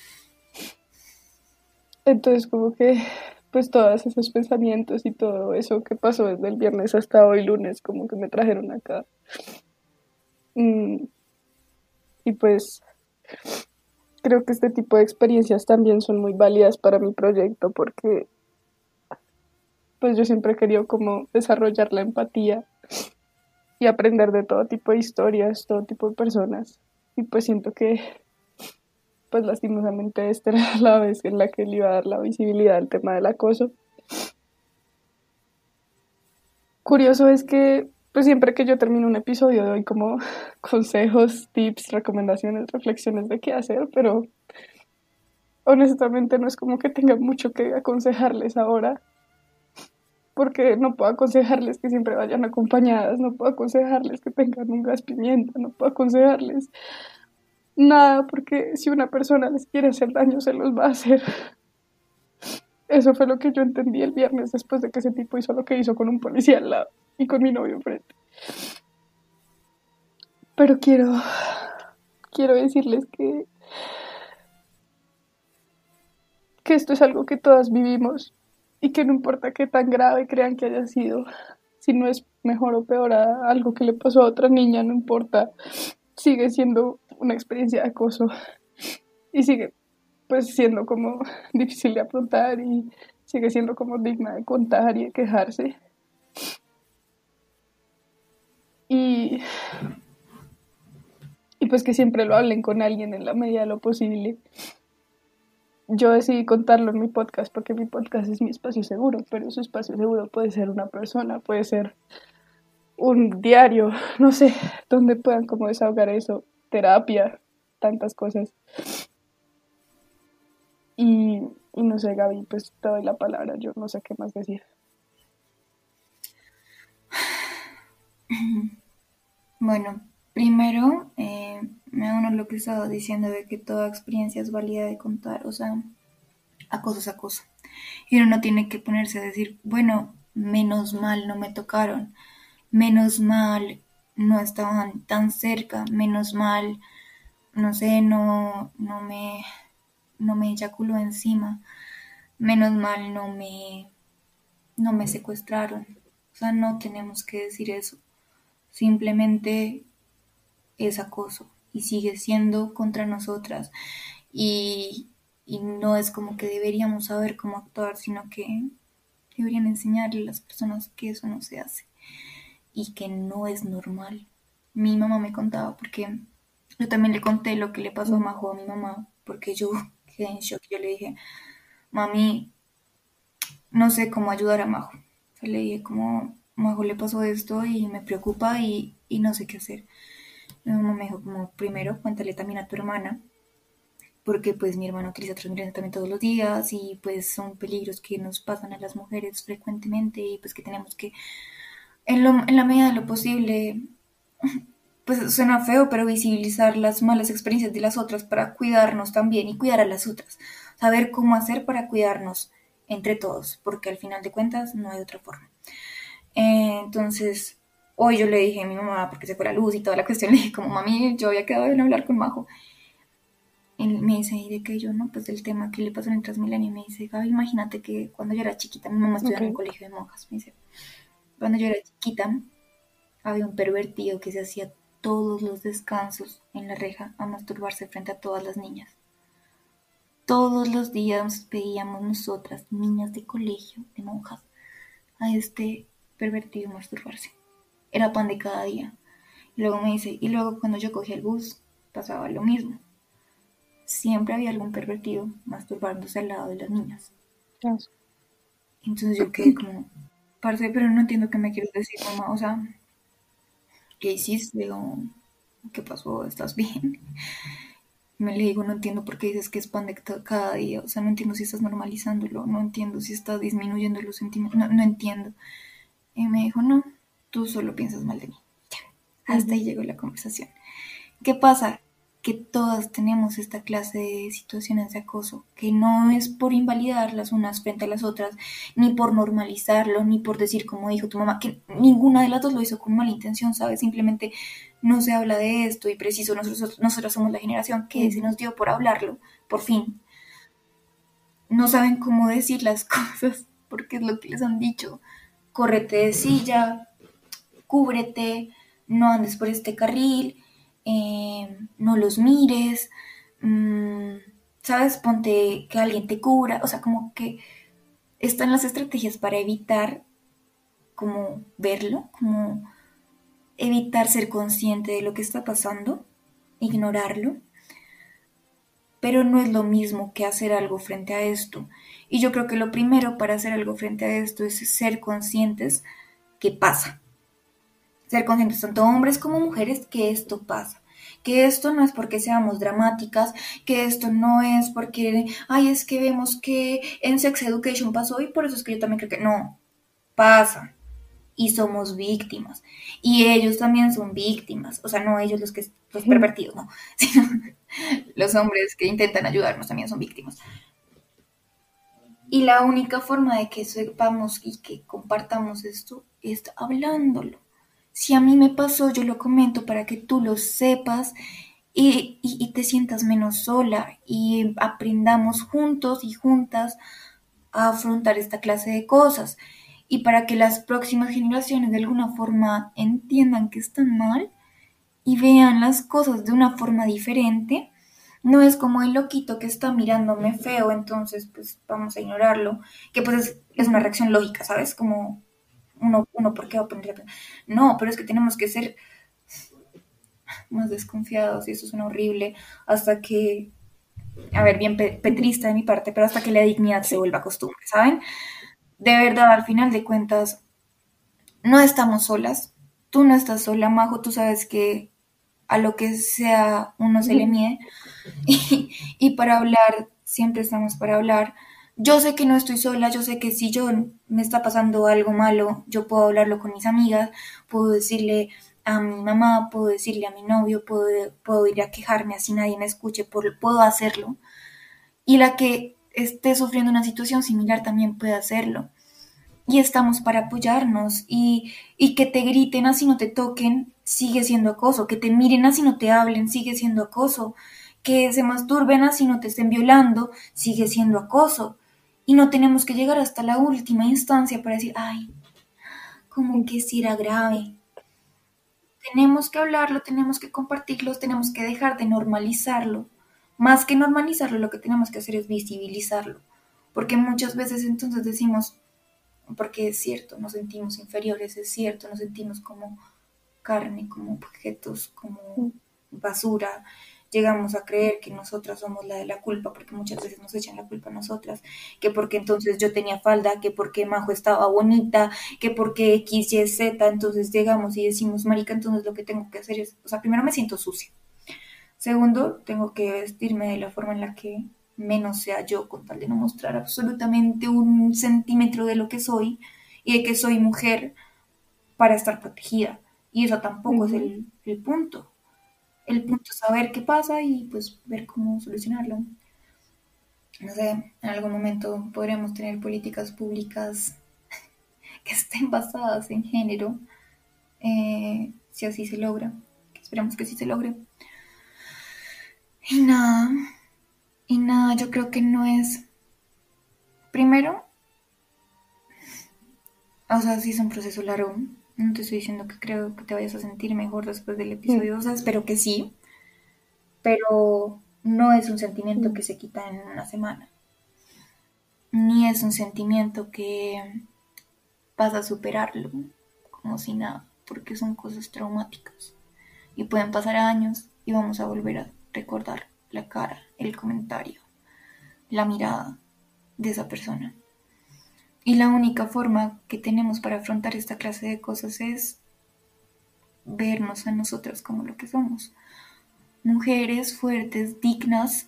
entonces como que pues todos esos pensamientos y todo eso que pasó desde el viernes hasta hoy lunes como que me trajeron acá. Mm, y pues creo que este tipo de experiencias también son muy válidas para mi proyecto porque pues yo siempre he querido como desarrollar la empatía y aprender de todo tipo de historias, todo tipo de personas. Y pues siento que pues lastimosamente esta era la vez en la que le iba a dar la visibilidad al tema del acoso. Curioso es que pues siempre que yo termino un episodio doy como consejos, tips, recomendaciones, reflexiones de qué hacer, pero honestamente no es como que tenga mucho que aconsejarles ahora, porque no puedo aconsejarles que siempre vayan acompañadas, no puedo aconsejarles que tengan un gas pimienta, no puedo aconsejarles nada, porque si una persona les quiere hacer daño, se los va a hacer. Eso fue lo que yo entendí el viernes después de que ese tipo hizo lo que hizo con un policía al lado y con mi novio enfrente. Pero quiero decirles que esto es algo que todas vivimos y que no importa qué tan grave crean que haya sido, si no es mejor o peor a algo que le pasó a otra niña, no importa, sigue siendo una experiencia de acoso y sigue pues siendo como difícil de afrontar y sigue siendo como digna de contar y de quejarse. Y, y pues que siempre lo hablen con alguien en la medida de lo posible. Yo decidí contarlo en mi podcast porque mi podcast es mi espacio seguro, pero su espacio seguro puede ser una persona, puede ser un diario, no sé, donde puedan como desahogar eso, terapia, tantas cosas. Y no sé, Gaby, pues te doy la palabra, yo no sé qué más decir. Bueno, primero me uno a lo que estaba diciendo de que toda experiencia es válida de contar, o sea, acoso es acoso. Y uno no tiene que ponerse a decir, bueno, menos mal no me tocaron, menos mal no estaban tan cerca, menos mal, no sé, no me eyaculó encima, menos mal no me secuestraron. O sea, no tenemos que decir eso. Simplemente es acoso y sigue siendo contra nosotras. Y, y no es como que deberíamos saber cómo actuar, sino que deberían enseñarle a las personas que eso no se hace y que no es normal. Mi mamá me contaba porque yo también le conté lo que le pasó a Majo a mi mamá, porque yo quedé en shock. Yo le dije, mami, no sé cómo ayudar a Majo. O sea, le dije, como, Majo le pasó esto y me preocupa y no sé qué hacer. Mi mamá me dijo, como, primero, cuéntale también a tu hermana, porque pues mi hermano utiliza Transmilenio también todos los días y pues son peligros que nos pasan a las mujeres frecuentemente y pues que tenemos que, en la medida de lo posible, pues suena feo, pero visibilizar las malas experiencias de las otras para cuidarnos también y cuidar a las otras. Saber cómo hacer para cuidarnos entre todos, porque al final de cuentas no hay otra forma. Entonces, hoy yo le dije a mi mamá, porque se fue la luz y toda la cuestión, le dije como, mami, yo había quedado en hablar con Majo. Y me dice, ¿y de qué? Yo, no, pues del tema que le pasó en el Transmilenio. Y me dice, Gaby, imagínate que cuando yo era chiquita, mi mamá estudiaba Ok. en un colegio de monjas, me dice, cuando yo era chiquita, había un pervertido que se hacía todos los descansos en la reja a masturbarse frente a todas las niñas. Todos los días veíamos nosotras, niñas de colegio, de monjas, a este pervertido masturbarse. Era pan de cada día. Y luego me dice, y luego cuando yo cogía el bus, pasaba lo mismo. Siempre había algún pervertido masturbándose al lado de las niñas. Yes. Entonces yo quedé como, parce, pero no entiendo qué me quieres decir, mamá. O sea, ¿qué hiciste? ¿O qué pasó? ¿Estás bien? Me le digo, no entiendo por qué dices que es pan de cada día. O sea, no entiendo si estás normalizándolo. No entiendo si estás disminuyendo los sentimientos. No, no entiendo. Y me dijo, no, tú solo piensas mal de mí. Ya, hasta ahí Uh-huh. llegó la conversación. ¿Qué pasa? Que todas tenemos esta clase de situaciones de acoso, que no es por invalidar las unas frente a las otras, ni por normalizarlo, ni por decir como dijo tu mamá, que ninguna de las dos lo hizo con mala intención, ¿sabes? Simplemente no se habla de esto y preciso, nosotros somos la generación que se Uh-huh. nos dio por hablarlo, por fin. No saben cómo decir las cosas, porque es lo que les han dicho. Córrete de silla, cúbrete, no andes por este carril, no los mires, mmm, ¿sabes? Ponte que alguien te cubra, o sea, como que están las estrategias para evitar como verlo, como evitar ser consciente de lo que está pasando, ignorarlo, pero no es lo mismo que hacer algo frente a esto. Y yo creo que lo primero para hacer algo frente a esto es ser conscientes que pasa, ser conscientes, tanto hombres como mujeres, que esto pasa. Que esto no es porque seamos dramáticas, que esto no es porque, ay, es que vemos que en Sex Education pasó y por eso es que yo también creo que no, pasa. Y somos víctimas. Y ellos también son víctimas. O sea, no ellos los pervertidos, no. Sino los hombres que intentan ayudarnos también son víctimas. Y la única forma de que sepamos y que compartamos esto es hablándolo. Si a mí me pasó, yo lo comento para que tú lo sepas y te sientas menos sola y aprendamos juntos y juntas a afrontar esta clase de cosas y para que las próximas generaciones de alguna forma entiendan que están mal y vean las cosas de una forma diferente. No es como el loquito que está mirándome feo, entonces pues vamos a ignorarlo, que pues es una Ujú. reacción lógica, ¿sabes? Como uno ¿por qué va a poner? No, pero es que tenemos que ser más desconfiados y eso suena horrible hasta que, a ver, bien petrista de mi parte, pero hasta que la dignidad se Sí. vuelva costumbre, ¿saben? De verdad, al final de cuentas, no estamos solas. Tú no estás sola, Majo. Tú sabes que a lo que sea uno se le mide. Y para hablar, siempre estamos para hablar. Yo sé que no estoy sola, yo sé que si yo me está pasando algo malo, yo puedo hablarlo con mis amigas, puedo decirle a mi mamá, puedo decirle a mi novio, puedo ir a quejarme así nadie me escuche, puedo hacerlo. Y la que esté sufriendo una situación similar también puede hacerlo y estamos para apoyarnos y que te griten así no te toquen sigue siendo acoso, que te miren así no te hablen sigue siendo acoso, que se masturben así no te estén violando sigue siendo acoso y no tenemos que llegar hasta la última instancia para decir, ay, como que si era grave. Tenemos que hablarlo, tenemos que compartirlo, tenemos que dejar de normalizarlo. Más que normalizarlo, lo que tenemos que hacer es visibilizarlo. Porque muchas veces entonces decimos, porque es cierto, nos sentimos inferiores, es cierto, nos sentimos como carne, como objetos, como basura. Llegamos a creer que nosotras somos la de la culpa, porque muchas veces nos echan la culpa a nosotras, que porque entonces yo tenía falda, que porque Majo estaba bonita, que porque X, Y, Z, entonces llegamos y decimos, marica, entonces lo que tengo que hacer es, o sea, primero me siento sucia, segundo, tengo que vestirme de la forma en la que menos sea yo, con tal de no mostrar absolutamente un centímetro de lo que soy y de que soy mujer para estar protegida. Y eso tampoco es Ujú. el punto. El punto es saber qué pasa y pues ver cómo solucionarlo. No sé, en algún momento podremos tener políticas públicas que estén basadas en género, si así se logra. Esperamos que sí se logre. Y nada, y nada, yo creo que no es. Primero, o sea, sí es un proceso largo. No te estoy diciendo que creo que te vayas a sentir mejor después del Mm, episodio. O sea, espero que sí, pero no es un sentimiento mm, que se quita en una semana. Ni es un sentimiento que vas a superarlo como si nada, porque son cosas traumáticas. Y pueden pasar años y vamos a volver a recordar la cara, el comentario, la mirada de esa persona. Y la única forma que tenemos para afrontar esta clase de cosas es vernos a nosotras como lo que somos. Mujeres fuertes, dignas,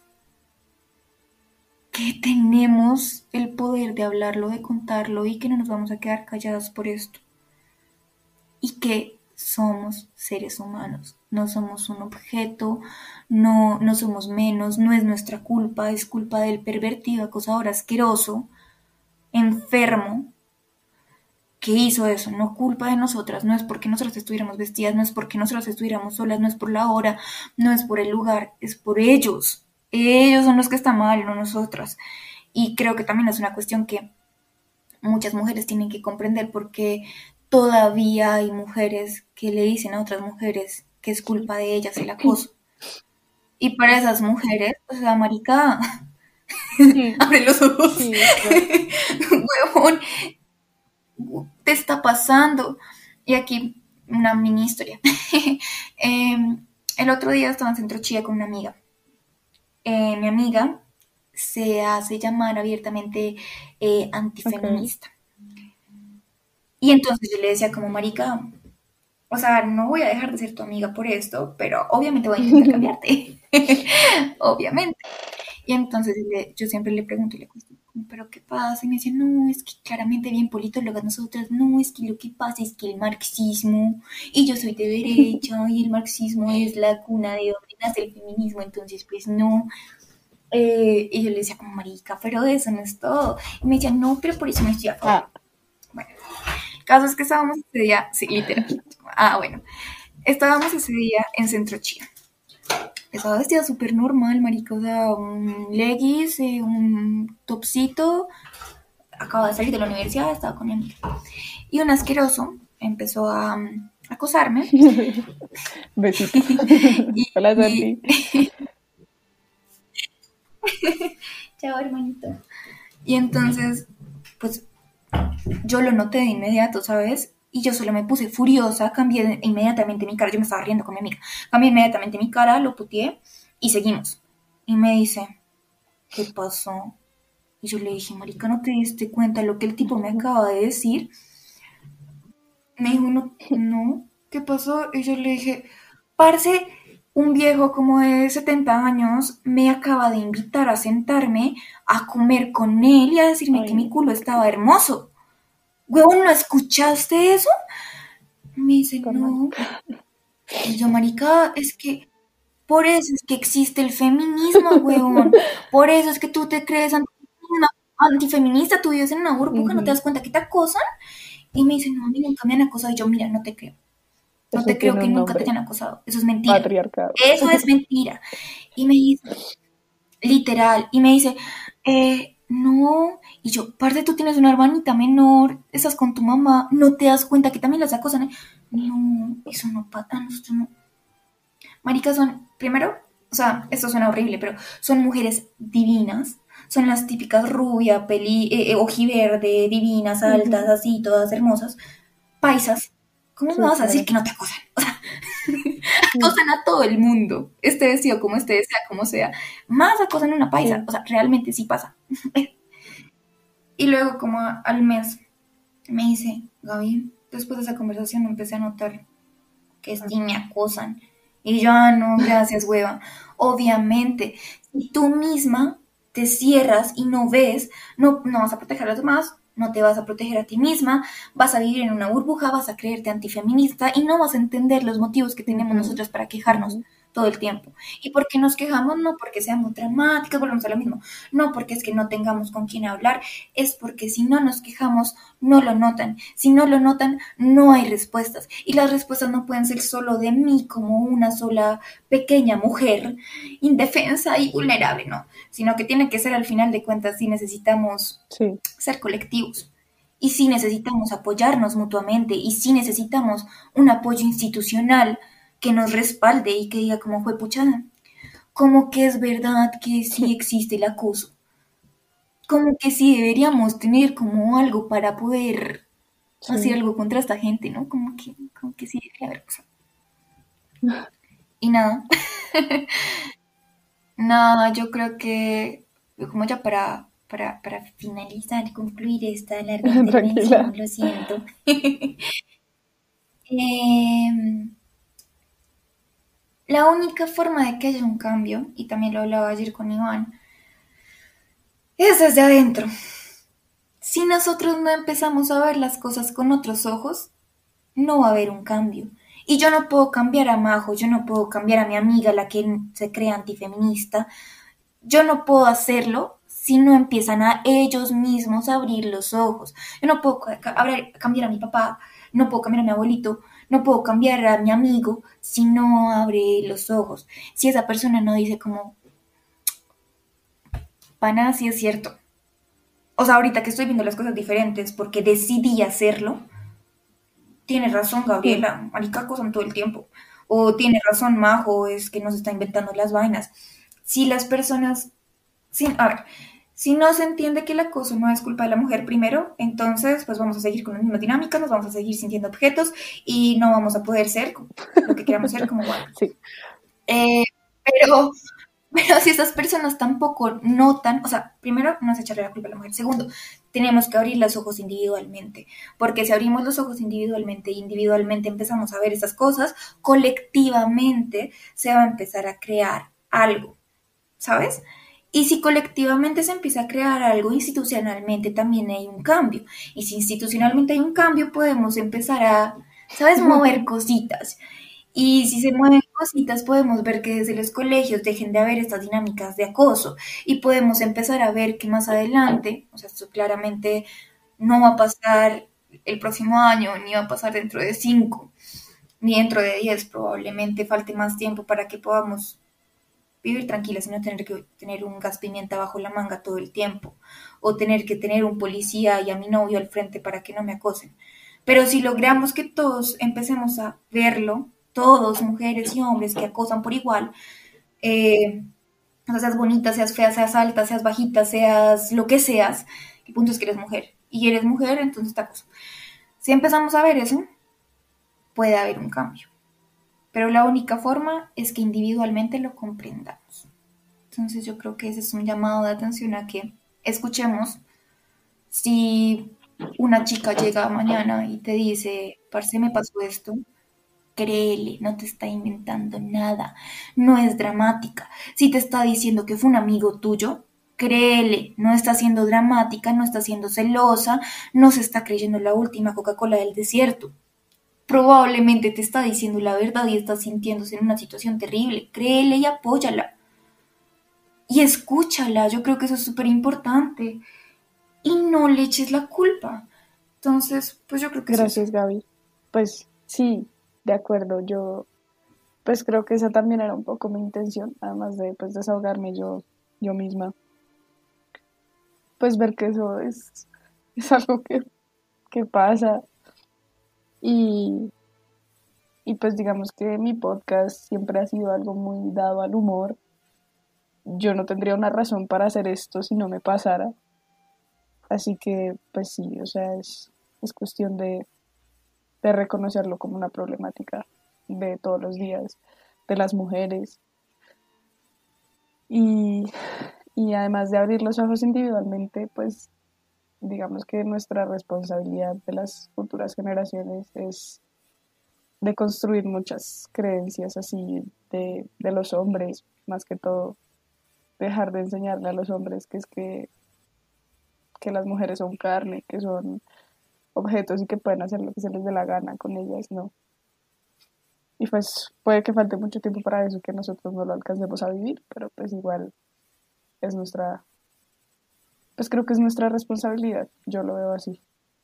que tenemos el poder de hablarlo, de contarlo y que no nos vamos a quedar calladas por esto. Y que somos seres humanos, no somos un objeto, no somos menos, no es nuestra culpa, es culpa del pervertido, acosador asqueroso, enfermo, que hizo eso, no culpa de nosotras, no es porque nosotras estuviéramos vestidas, no es porque nosotras estuviéramos solas, no es por la hora, no es por el lugar, es por ellos. Ellos son los que están mal, no nosotras. Y creo que también es una cuestión que muchas mujeres tienen que comprender porque todavía hay mujeres que le dicen a otras mujeres que es culpa de ellas el acoso. Y para esas mujeres, o sea, marica, mm. abre los ojos, Sí, es real. huevón, te está pasando. Y aquí una mini historia. El otro día estaba en Centro Chía con una amiga. Mi amiga se hace llamar abiertamente Ok. antifeminista. Y entonces yo le decía como, marica, o sea, no voy a dejar de ser tu amiga por esto, pero obviamente voy a intentar cambiarte. Obviamente. Y entonces yo siempre le pregunto y le cuestiono, ¿pero qué pasa? Y me decía, no, es que claramente bien politólogas nosotras, no, es que lo que pasa es que el marxismo, y yo soy de derecha, y el marxismo es la cuna de donde nace el feminismo, entonces pues no. Y yo le decía como, marica, pero eso no es todo. Y me decía, no, pero por eso no estoy a favor. Ah, Bueno, el caso es que estábamos ese día, sí, literal. Ah, bueno, estábamos ese día en Centro Chía. Estaba vestida súper normal, marica, o sea, un leggings, un topsito, acababa de salir de la universidad, estaba con mi amiga. Y un asqueroso empezó a acosarme. Besito. Hola, Y, Santi. chao, hermanito. Y entonces, pues yo lo noté de inmediato, ¿sabes? Y yo solo me puse furiosa, cambié inmediatamente mi cara, yo me estaba riendo con mi amiga, cambié inmediatamente mi cara, lo puteé y seguimos. Y me dice, ¿qué pasó? Y yo le dije, marica, ¿no te diste cuenta lo que el tipo me acaba de decir? Me dijo, no, no, ¿qué pasó? Y yo le dije, parce, un viejo como de 70 años me acaba de invitar a sentarme a comer con él y a decirme que Ay, mi no, culo estaba hermoso. Huevón, ¿no escuchaste eso? Me dice, tan mal. no. Y yo, marica, es que por eso es que existe el feminismo, huevón. Por eso es que tú te crees antifeminista, tú vives en una burbuja, no te Ujú. das cuenta que te acosan. Y me dice, no, a mí nunca me han acosado. Y yo, mira, no te creo. No Eso te creo tiene que un nunca te nombre, hayan acosado. Eso es mentira. patriarcado. Eso es mentira. Y me dice, literal. Y me dice, no. Y yo, parte, tú tienes una hermanita menor, estás con tu mamá, no te das cuenta que también las acosan. No, eso no pasa, no, esto no. Maricas son, primero, o sea, esto suena horrible, pero son mujeres divinas. Son las típicas rubia, ojiverde, divinas, altas, Ujú. así, todas hermosas. Paisas. ¿Cómo me Sí, vas a decir claro. que no te acosan? O sea, Mm. acosan a todo el mundo. Este vestido como este, sea como sea. Más acosan a una paisa. Sí. O sea, realmente sí pasa. Y luego, como al mes, me dice, Gaby, después de esa conversación empecé a notar que sí me acosan. Y yo, ah, no, gracias, hueva. Obviamente, si tú misma te cierras y no ves, no vas a proteger a los demás, no te vas a proteger a ti misma, vas a vivir en una burbuja, vas a creerte antifeminista y no vas a entender los motivos que tenemos Ujú, nosotras para quejarnos ujú. todo el tiempo. ¿Y por qué nos quejamos? No porque seamos dramáticas, volvemos a lo mismo. No porque es que no tengamos con quién hablar, es porque si no nos quejamos, no lo notan. Si no lo notan, no hay respuestas. Y las respuestas no pueden ser solo de mí como una sola pequeña mujer indefensa y vulnerable, no. Sino que tiene que ser al final de cuentas si necesitamos Sí, ser colectivos. Y si necesitamos apoyarnos mutuamente y si necesitamos un apoyo institucional que nos respalde y que diga como fue puchada, como que es verdad que sí existe el acoso, como que sí deberíamos tener como algo para poder hacer sí. algo contra esta gente, ¿no? Como que sí debería haber cosas. Y nada, nada, yo creo que como ya para finalizar, concluir esta larga intervención, Tranquila. lo siento. Eh, la única forma de que haya un cambio, y también lo hablaba ayer con Iván, es desde adentro. Si nosotros no empezamos a ver las cosas con otros ojos, no va a haber un cambio. Y yo no puedo cambiar a Majo, yo no puedo cambiar a mi amiga, la que se cree antifeminista. Yo no puedo hacerlo si no empiezan a ellos mismos a abrir los ojos. Yo no puedo cambiar a mi papá, no puedo cambiar a mi abuelito, no puedo cambiar a mi amigo si no abre los ojos. Si esa persona no dice como, pana, sí es cierto. O sea, ahorita que estoy viendo las cosas diferentes porque decidí hacerlo, tiene razón Mm. Gabriela, marica acosan todo el tiempo. O tiene razón Majo, es que nos está inventando las vainas. Si las personas, a ver, si no se entiende que el acoso no es culpa de la mujer primero, entonces pues vamos a seguir con las mismas dinámicas, nos vamos a seguir sintiendo objetos y no vamos a poder ser lo que queramos ser como bueno. Sí. Eh, pero pero si esas personas tampoco notan, o sea, primero no es echarle la culpa a la mujer. Segundo, tenemos que abrir los ojos individualmente, porque si abrimos los ojos individualmente e individualmente empezamos a ver esas cosas, colectivamente se va a empezar a crear algo, ¿sabes? Y si colectivamente se empieza a crear algo, institucionalmente también hay un cambio. Y si institucionalmente hay un cambio, podemos empezar a, ¿sabes?, mover cositas. Y si se mueven cositas, podemos ver que desde los colegios dejen de haber estas dinámicas de acoso y podemos empezar a ver que más adelante, o sea, esto claramente no va a pasar el próximo año, ni va a pasar dentro de 5, ni dentro de 10, probablemente falte más tiempo para que podamos vivir tranquila, sino tener que tener un gas pimienta bajo la manga todo el tiempo, o tener que tener un policía y a mi novio al frente para que no me acosen. Pero si logramos que todos empecemos a verlo, todos, mujeres y hombres que acosan por igual, o sea, seas bonita, seas fea, seas alta, seas bajita, seas lo que seas, el punto es que eres mujer. Y eres mujer, entonces te acoso. Si empezamos a ver eso, puede haber un cambio. Pero la única forma es que individualmente lo comprendamos. Entonces yo creo que ese es un llamado de atención a que escuchemos. Si una chica llega mañana y te dice, parce, me pasó esto, créele, no te está inventando nada, no es dramática. Si te está diciendo que fue un amigo tuyo, créele, no está siendo dramática, no está siendo celosa, no se está creyendo la última Coca-Cola del desierto. Probablemente te está diciendo la verdad y está sintiéndose en una situación terrible. Créele y apóyala. Y escúchala, yo creo que eso es súper importante. Y no le eches la culpa. Entonces, pues yo creo que es eso. Gracias, Gaby. Pues sí, de acuerdo. Yo pues creo que esa también era un poco mi intención, además de pues desahogarme yo misma. Pues ver que eso es algo que pasa. Y, y pues digamos que mi podcast siempre ha sido algo muy dado al humor. Yo no tendría una razón para hacer esto si no me pasara. Así que pues sí, o sea, es cuestión de reconocerlo como una problemática de todos los días, de las mujeres. Y, y además de abrir los ojos individualmente, pues digamos que nuestra responsabilidad de las futuras generaciones es de construir muchas creencias así de los hombres, más que todo, dejar de enseñarle a los hombres que las mujeres son carne, que son objetos y que pueden hacer lo que se les dé la gana con ellas, ¿no? Y pues puede que falte mucho tiempo para eso, que nosotros no lo alcancemos a vivir, pero pues igual es nuestra, pues creo que es nuestra responsabilidad, yo lo veo así.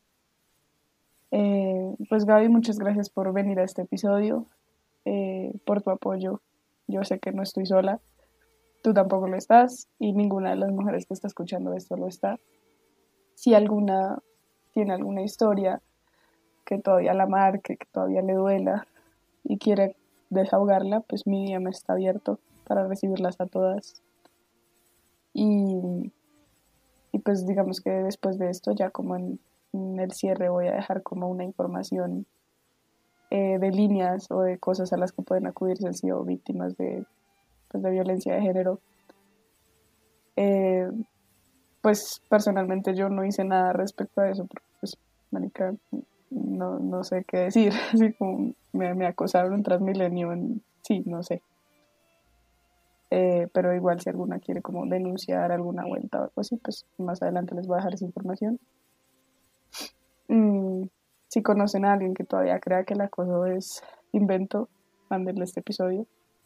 Pues Gaby, muchas gracias por venir a este episodio, por tu apoyo. Yo sé que no estoy sola, tú tampoco lo estás y ninguna de las mujeres que está escuchando esto lo está. Si alguna tiene alguna historia que todavía la marque, que todavía le duela y quiere desahogarla, pues mi DM está abierto para recibirlas a todas. Y, y pues digamos que después de esto, ya como en el cierre, voy a dejar como una información de líneas o de cosas a las que pueden acudir si han sido víctimas pues, de violencia de género. Pues personalmente yo no hice nada respecto a eso, porque pues, marica, no sé qué decir, así como me acosaron en Transmilenio, sí, no sé. Pero igual si alguna quiere como denunciar alguna vuelta o algo así, pues más adelante les voy a dejar esa información. Si conocen a alguien que todavía crea que el acoso es invento, mándenle este episodio.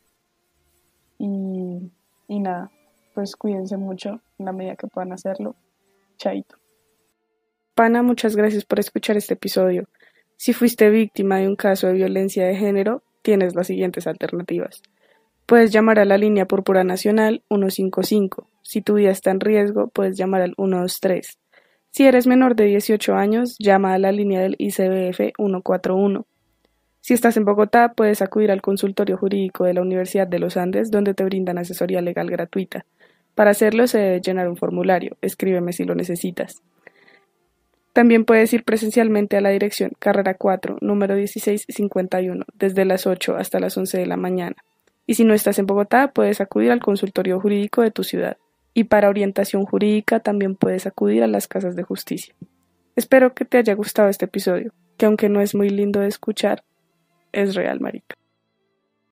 Y nada, pues cuídense mucho en la medida que puedan hacerlo. Chaito. Pana, muchas gracias por escuchar este episodio. Si fuiste víctima de un caso de violencia de género, tienes las siguientes alternativas. Puedes llamar a la línea Púrpura Nacional 155. Si tu vida está en riesgo, puedes llamar al 123. Si eres menor de 18 años, llama a la línea del ICBF 141. Si estás en Bogotá, puedes acudir al consultorio jurídico de la Universidad de los Andes, donde te brindan asesoría legal gratuita. Para hacerlo se debe llenar un formulario. Escríbeme si lo necesitas. También puedes ir presencialmente a la dirección Carrera 4, número 1651, desde las 8 hasta las 11 de la mañana. Y si no estás en Bogotá, puedes acudir al consultorio jurídico de tu ciudad. Y para orientación jurídica también puedes acudir a las casas de justicia. Espero que te haya gustado este episodio, que aunque no es muy lindo de escuchar, es real, marica.